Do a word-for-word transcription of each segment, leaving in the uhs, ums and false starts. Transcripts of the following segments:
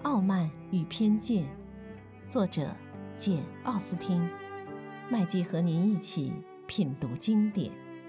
傲慢与偏见》，作者简·奥斯汀。麦基和您一起品读经典。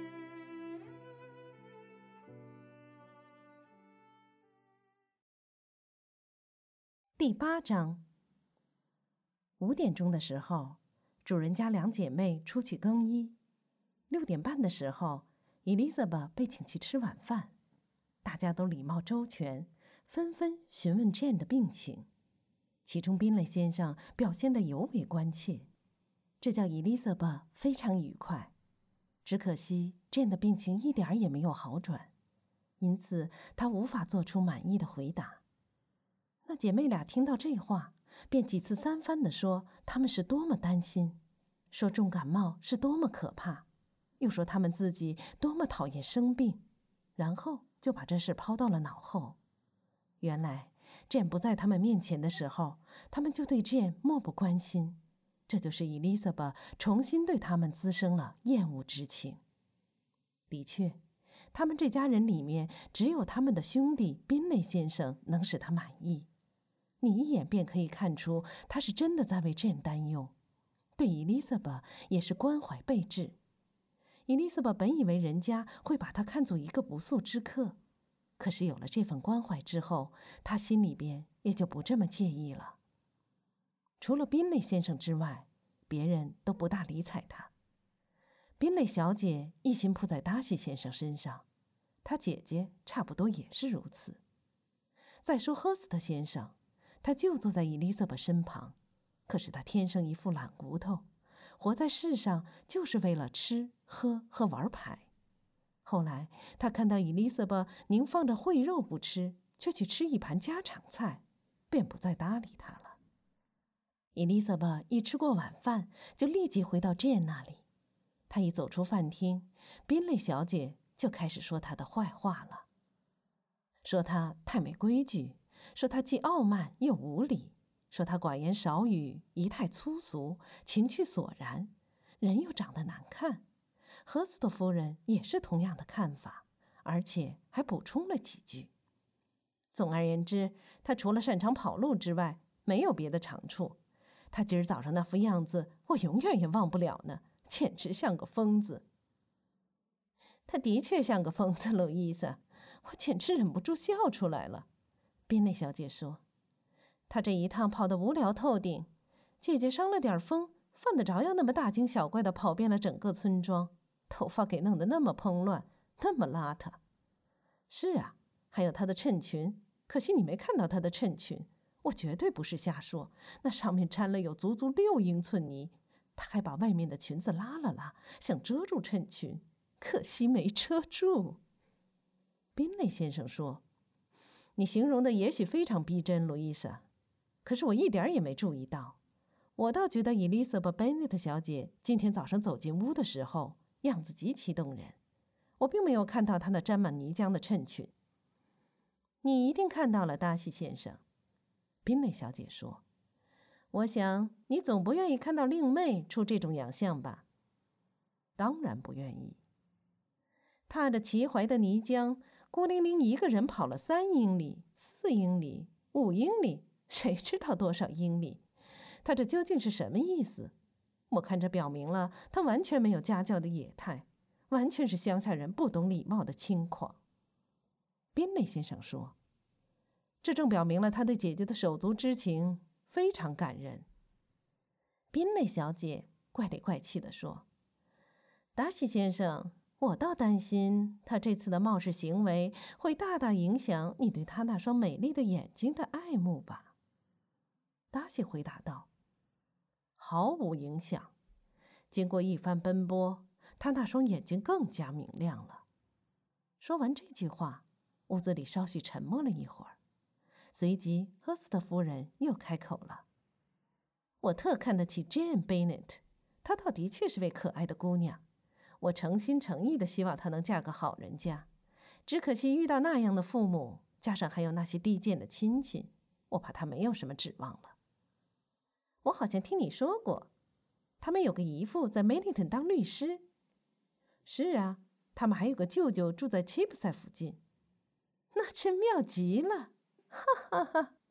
第八章。五点钟的时候，主人家两姐妹出去更衣。六点半的时候，伊丽莎白被请去吃晚饭。大家都礼貌周全，纷纷询问 Jane 的病情，其中宾雷先生表现得尤为关切，这叫伊丽莎白非常愉快。只可惜 Jane 的病情一点也没有好转，因此她无法做出满意的回答。那姐妹俩听到这话，便几次三番地说她们是多么担心，说重感冒是多么可怕，又说她们自己多么讨厌生病，然后就把这事抛到了脑后。原来 Jane 不在他们面前的时候，他们就对 Jane 漠不关心，这就是伊丽莎白重新对他们滋生了厌恶之情。的确，他们这家人里面只有他们的兄弟宾雷先生能使他满意。你一眼便可以看出他是真的在为 Jane 担忧，对伊丽莎白也是关怀备至。伊丽莎白本以为人家会把她看作一个不速之客，可是有了这份关怀之后，她心里边也就不这么介意了。除了宾雷先生之外，别人都不大理睬她。宾雷小姐一心扑在达西先生身上，她姐姐差不多也是如此。再说赫斯特先生，他就坐在伊丽莎白身旁，可是他天生一副懒骨头，活在世上就是为了吃喝和玩牌。后来他看到伊丽莎白宁放着烩肉不吃，却去吃一盘家常菜，便不再搭理他了。伊丽莎白一吃过晚饭，就立即回到 Jane 那里。她一走出饭厅，宾雷小姐就开始说她的坏话了，说她太没规矩，说她既傲慢又无礼，说她寡言少语，仪态粗俗，情趣索然，人又长得难看。赫斯特夫人也是同样的看法，而且还补充了几句。总而言之，她除了擅长跑路之外，没有别的长处。她今儿早上那副样子，我永远也忘不了呢，简直像个疯子。她的确像个疯子，路易莎，我简直忍不住笑出来了。宾雷小姐说，她这一趟跑得无聊透顶，姐姐伤了点风，犯得着要那么大惊小怪地跑遍了整个村庄，头发给弄得那么蓬乱，那么邋遢。是啊，还有她的衬裙，可惜你没看到她的衬裙，我绝对不是瞎说，那上面沾了有足足六英寸泥，她还把外面的裙子拉了拉，想遮住衬裙，可惜没遮住。宾雷先生说，你形容的也许非常逼真，路易莎，可是我一点也没注意到。我倒觉得伊丽莎白·贝内特小姐今天早上走进屋的时候，样子极其动人。我并没有看到她那沾满泥浆的衬裙。你一定看到了，达西先生。宾雷小姐说，我想你总不愿意看到令妹出这种洋相吧？当然不愿意。踏着齐踝的泥浆，孤零零一个人跑了三英里、四英里、五英里，谁知道多少英里？他这究竟是什么意思？我看这表明了他完全没有家教的野态，完全是乡下人不懂礼貌的轻狂。宾雷先生说，这正表明了他对姐姐的手足之情非常感人。宾雷小姐怪里怪气地说，达西先生，我倒担心他这次的冒失行为会大大影响你对他那双美丽的眼睛的爱慕吧。达西回答道，毫无影响。经过一番奔波，他那双眼睛更加明亮了。说完这句话，屋子里稍许沉默了一会儿，随即赫斯特夫人又开口了，我特看得起 Jane Bennet， 她倒的确是位可爱的姑娘，我诚心诚意地希望她能嫁个好人家，只可惜遇到那样的父母，加上还有那些低贱的亲戚，我怕她没有什么指望了。我好像听你说过，他们有个姨父在梅林顿当律师。是啊，他们还有个舅舅住在 Cheapside 附近。那真妙极了，哈哈哈！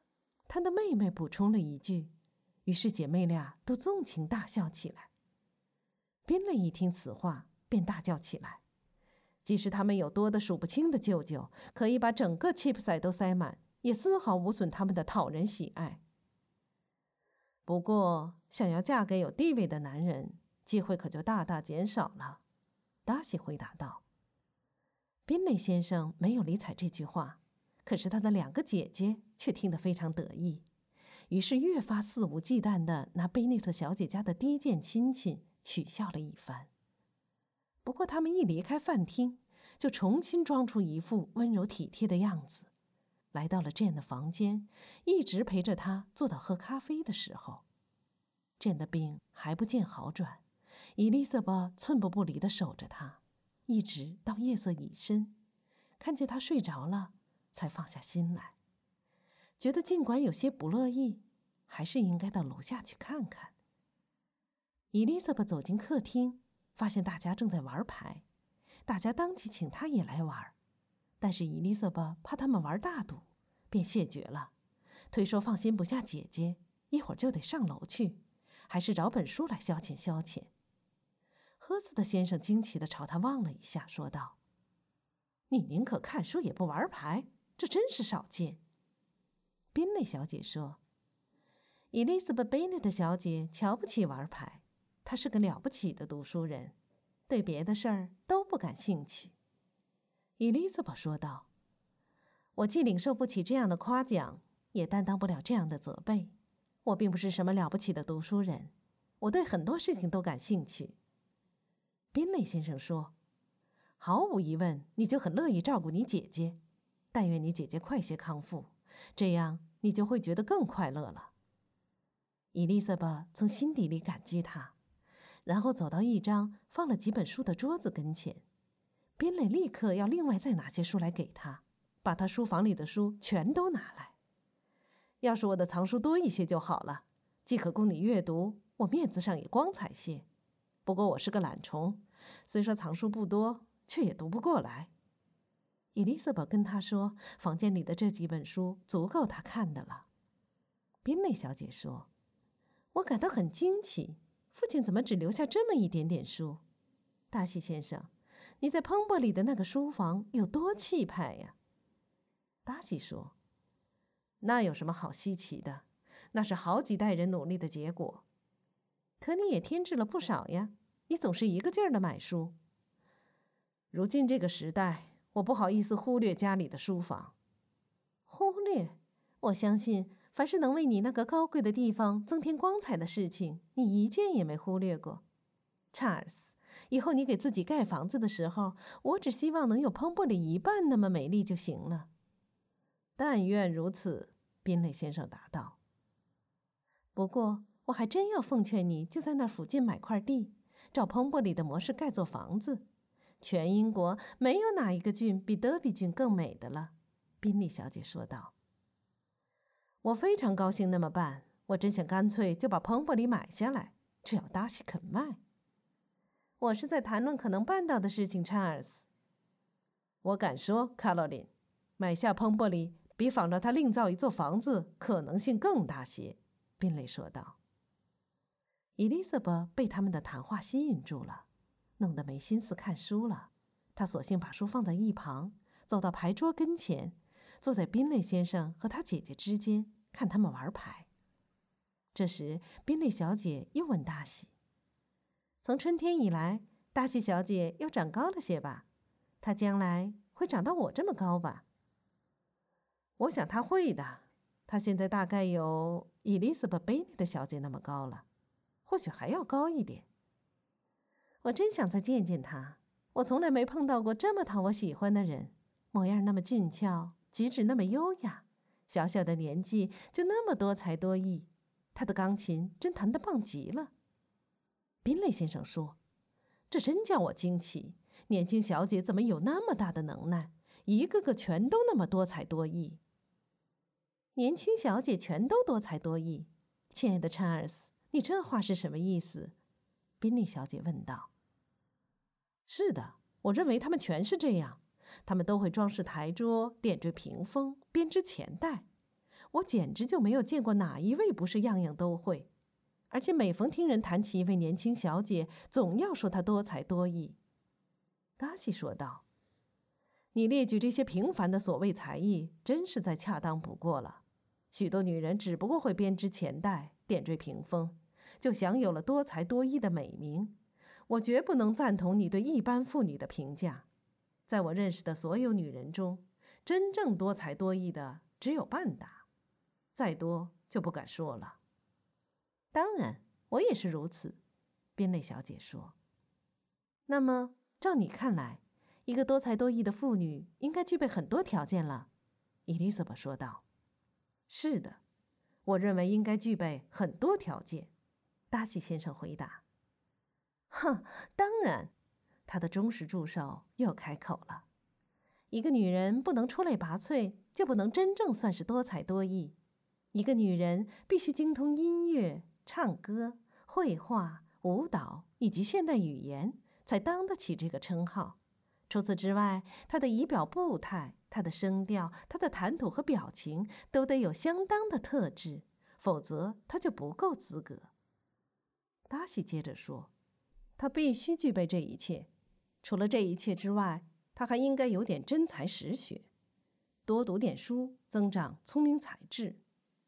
她的妹妹补充了一句，于是姐妹俩都纵情大笑起来。宾蕾一听此话，便大叫起来。即使他们有多的数不清的舅舅，可以把整个 Cheapside 都塞满，也丝毫无损他们的讨人喜爱。不过，想要嫁给有地位的男人，机会可就大大减少了。达西回答道。宾蕾先生没有理睬这句话，可是他的两个姐姐却听得非常得意，于是越发肆无忌惮地拿贝内特小姐家的第一件亲戚取笑了一番。不过他们一离开饭厅，就重新装出一副温柔体贴的样子，来到了 Jane 的房间，一直陪着她坐到喝咖啡的时候。Jane 的病还不见好转，伊丽莎白寸步不离地守着她，一直到夜色已深，看见她睡着了，才放下心来，觉得尽管有些不乐意，还是应该到楼下去看看。伊丽莎白走进客厅，发现大家正在玩牌，大家当即请她也来玩，但是伊丽莎白怕他们玩大赌，便谢绝了，推说放心不下姐姐，一会儿就得上楼去，还是找本书来消遣消遣。赫斯特先生惊奇地朝他望了一下，说道：“你宁可看书也不玩牌，这真是少见。”宾蕾小姐说：“伊丽莎白·贝内特小姐瞧不起玩牌，她是个了不起的读书人，对别的事儿都不感兴趣。”伊丽莎白说道：“我既领受不起这样的夸奖，也担当不了这样的责备。我并不是什么了不起的读书人，我对很多事情都感兴趣。”宾蕾先生说：“毫无疑问，你就很乐意照顾你姐姐，但愿你姐姐快些康复，这样你就会觉得更快乐了。”伊丽莎白从心底里感激他，然后走到一张放了几本书的桌子跟前。宾蕾立刻要另外再拿些书来给他，把他书房里的书全都拿来。要是我的藏书多一些就好了，既可供你阅读，我面子上也光彩些。不过我是个懒虫，虽说藏书不多，却也读不过来。伊丽莎白跟他说，房间里的这几本书足够他看的了。宾蕾小姐说：“我感到很惊奇，父亲怎么只留下这么一点点书？达西先生，你在彭伯里的那个书房有多气派呀？”达西说：“那有什么好稀奇的？那是好几代人努力的结果。可你也添置了不少呀，你总是一个劲儿的买书。如今这个时代，我不好意思忽略家里的书房。”“忽略？我相信，凡是能为你那个高贵的地方增添光彩的事情，你一件也没忽略过。查尔斯，以后你给自己盖房子的时候，我只希望能有彭伯里一半那么美丽就行了。”“但愿如此。”宾蕾先生答道。“不过我还真要奉劝你，就在那附近买块地，照彭伯里的模式盖座房子。全英国没有哪一个郡比德比郡更美的了。”宾蕾小姐说道。“我非常高兴那么办，我真想干脆就把彭伯里买下来，只要达西肯卖。”“我是在谈论可能办到的事情，查尔斯。”“我敢说，卡罗琳，买下彭伯里比仿照他另造一座房子可能性更大些。”宾蕾说道。伊丽莎白被他们的谈话吸引住了，弄得没心思看书了。她索性把书放在一旁，走到牌桌跟前，坐在宾蕾先生和他姐姐之间，看他们玩牌。这时，宾蕾小姐又问达西：“从春天以来，达西小姐又长高了些吧？她将来会长到我这么高吧？”“我想她会的。她现在大概有伊丽莎白·贝内特小姐那么高了，或许还要高一点。我真想再见见她。我从来没碰到过这么讨我喜欢的人，模样那么俊俏，举止那么优雅，小小的年纪就那么多才多艺。她的钢琴真弹得棒极了。”宾蕾先生说：“这真叫我惊奇，年轻小姐怎么有那么大的能耐，一个个全都那么多才多艺。”“年轻小姐全都多才多艺？亲爱的查尔斯，你这话是什么意思？”宾蕾小姐问道。“是的，我认为她们全是这样。她们都会装饰台桌，点缀屏风，编织钱袋。 我简直就没有见过哪一位不是样样都会，而且每逢听人谈起一位年轻小姐，总要说她多才多艺。达西说道：“你列举这些平凡的所谓才艺，真是再恰当不过了。许多女人只不过会编织钱袋、点缀屏风，就享有了多才多艺的美名。我绝不能赞同你对一般妇女的评价。在我认识的所有女人中，真正多才多艺的只有半打，再多就不敢说了。”当然，我也是如此，宾蕾小姐说。那么，照你看来，一个多才多艺的妇女应该具备很多条件了，伊丽莎白说道。是的，我认为应该具备很多条件，达西先生回答。哼，当然，他的忠实助手又开口了。一个女人不能出类拔萃，就不能真正算是多才多艺。一个女人必须精通音乐、唱歌、绘画、舞蹈以及现代语言，才当得起这个称号。除此之外，她的仪表步态、她的声调、她的谈吐和表情都得有相当的特质，否则她就不够资格。达西接着说，她必须具备这一切。除了这一切之外，她还应该有点真才实学，多读点书，增长聪明才智。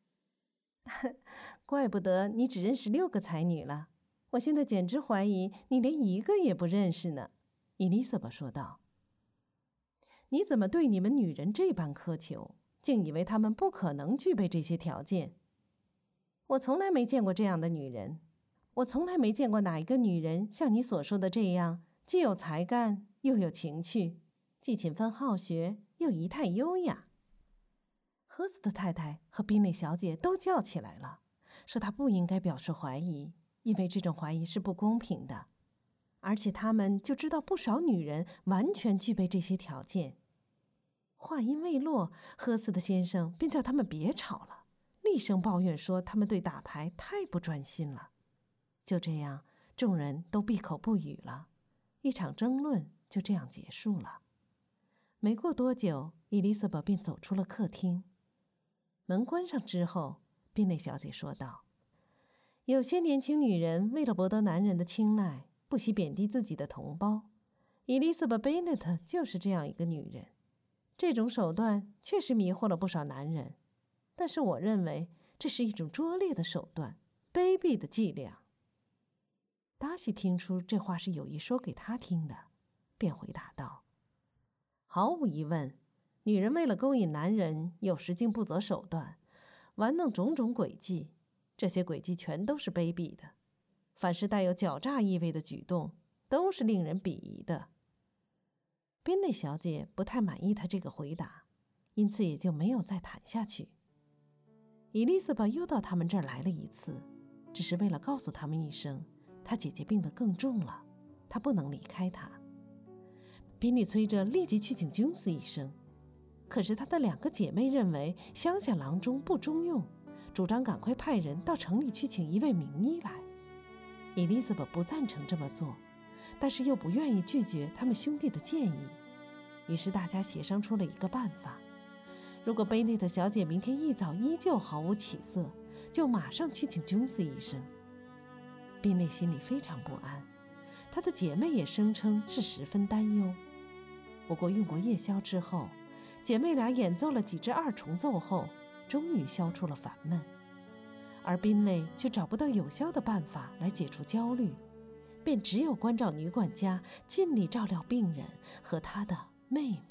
怪不得你只认识六个才女了，我现在简直怀疑你连一个也不认识呢，伊丽莎白说道。你怎么对你们女人这般苛求，竟以为她们不可能具备这些条件？我从来没见过这样的女人，我从来没见过哪一个女人像你所说的这样，既有才干，又有情趣，既勤奋好学，又仪态优雅。赫斯特太太和宾蕾小姐都叫起来了，说她不应该表示怀疑，因为这种怀疑是不公平的。而且他们就知道不少女人完全具备这些条件。话音未落，赫斯特先生便叫他们别吵了，厉声抱怨说他们对打牌太不专心了。就这样，众人都闭口不语了，一场争论就这样结束了。没过多久，伊丽莎白便走出了客厅。门关上之后，宾蕾小姐说道：“有些年轻女人为了博得男人的青睐，不惜贬低自己的同胞。伊丽莎白·贝内特就是这样一个女人。这种手段确实迷惑了不少男人，但是我认为这是一种拙劣的手段，卑鄙的伎俩。”达西听出这话是有意说给他听的，便回答道：“毫无疑问，女人为了勾引男人，有时竟不择手段，玩弄种种诡计，这些诡计全都是卑鄙的。凡是带有狡诈意味的举动，都是令人鄙夷的。”宾蕾小姐不太满意他这个回答，因此也就没有再谈下去。伊丽莎白又到他们这儿来了一次，只是为了告诉他们一声，她姐姐病得更重了，她不能离开她。宾莉催着立即去请琼斯医生，可是她的两个姐妹认为乡下郎中不中用，主张赶快派人到城里去请一位名医来。伊丽莎白不赞成这么做，但是又不愿意拒绝他们兄弟的建议，于是大家协商出了一个办法：如果贝内特小姐明天一早依旧毫无起色，就马上去请琼斯医生。宾蕾心里非常不安，她的姐妹也声称是十分担忧。不过用过夜宵之后，姐妹俩演奏了几支二重奏后，终于消除了烦闷，而宾蕾却找不到有效的办法来解除焦虑，便只有关照女管家尽力照料病人和她的妹妹。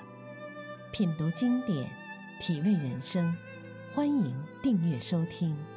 品读经典，体味人生，欢迎订阅收听。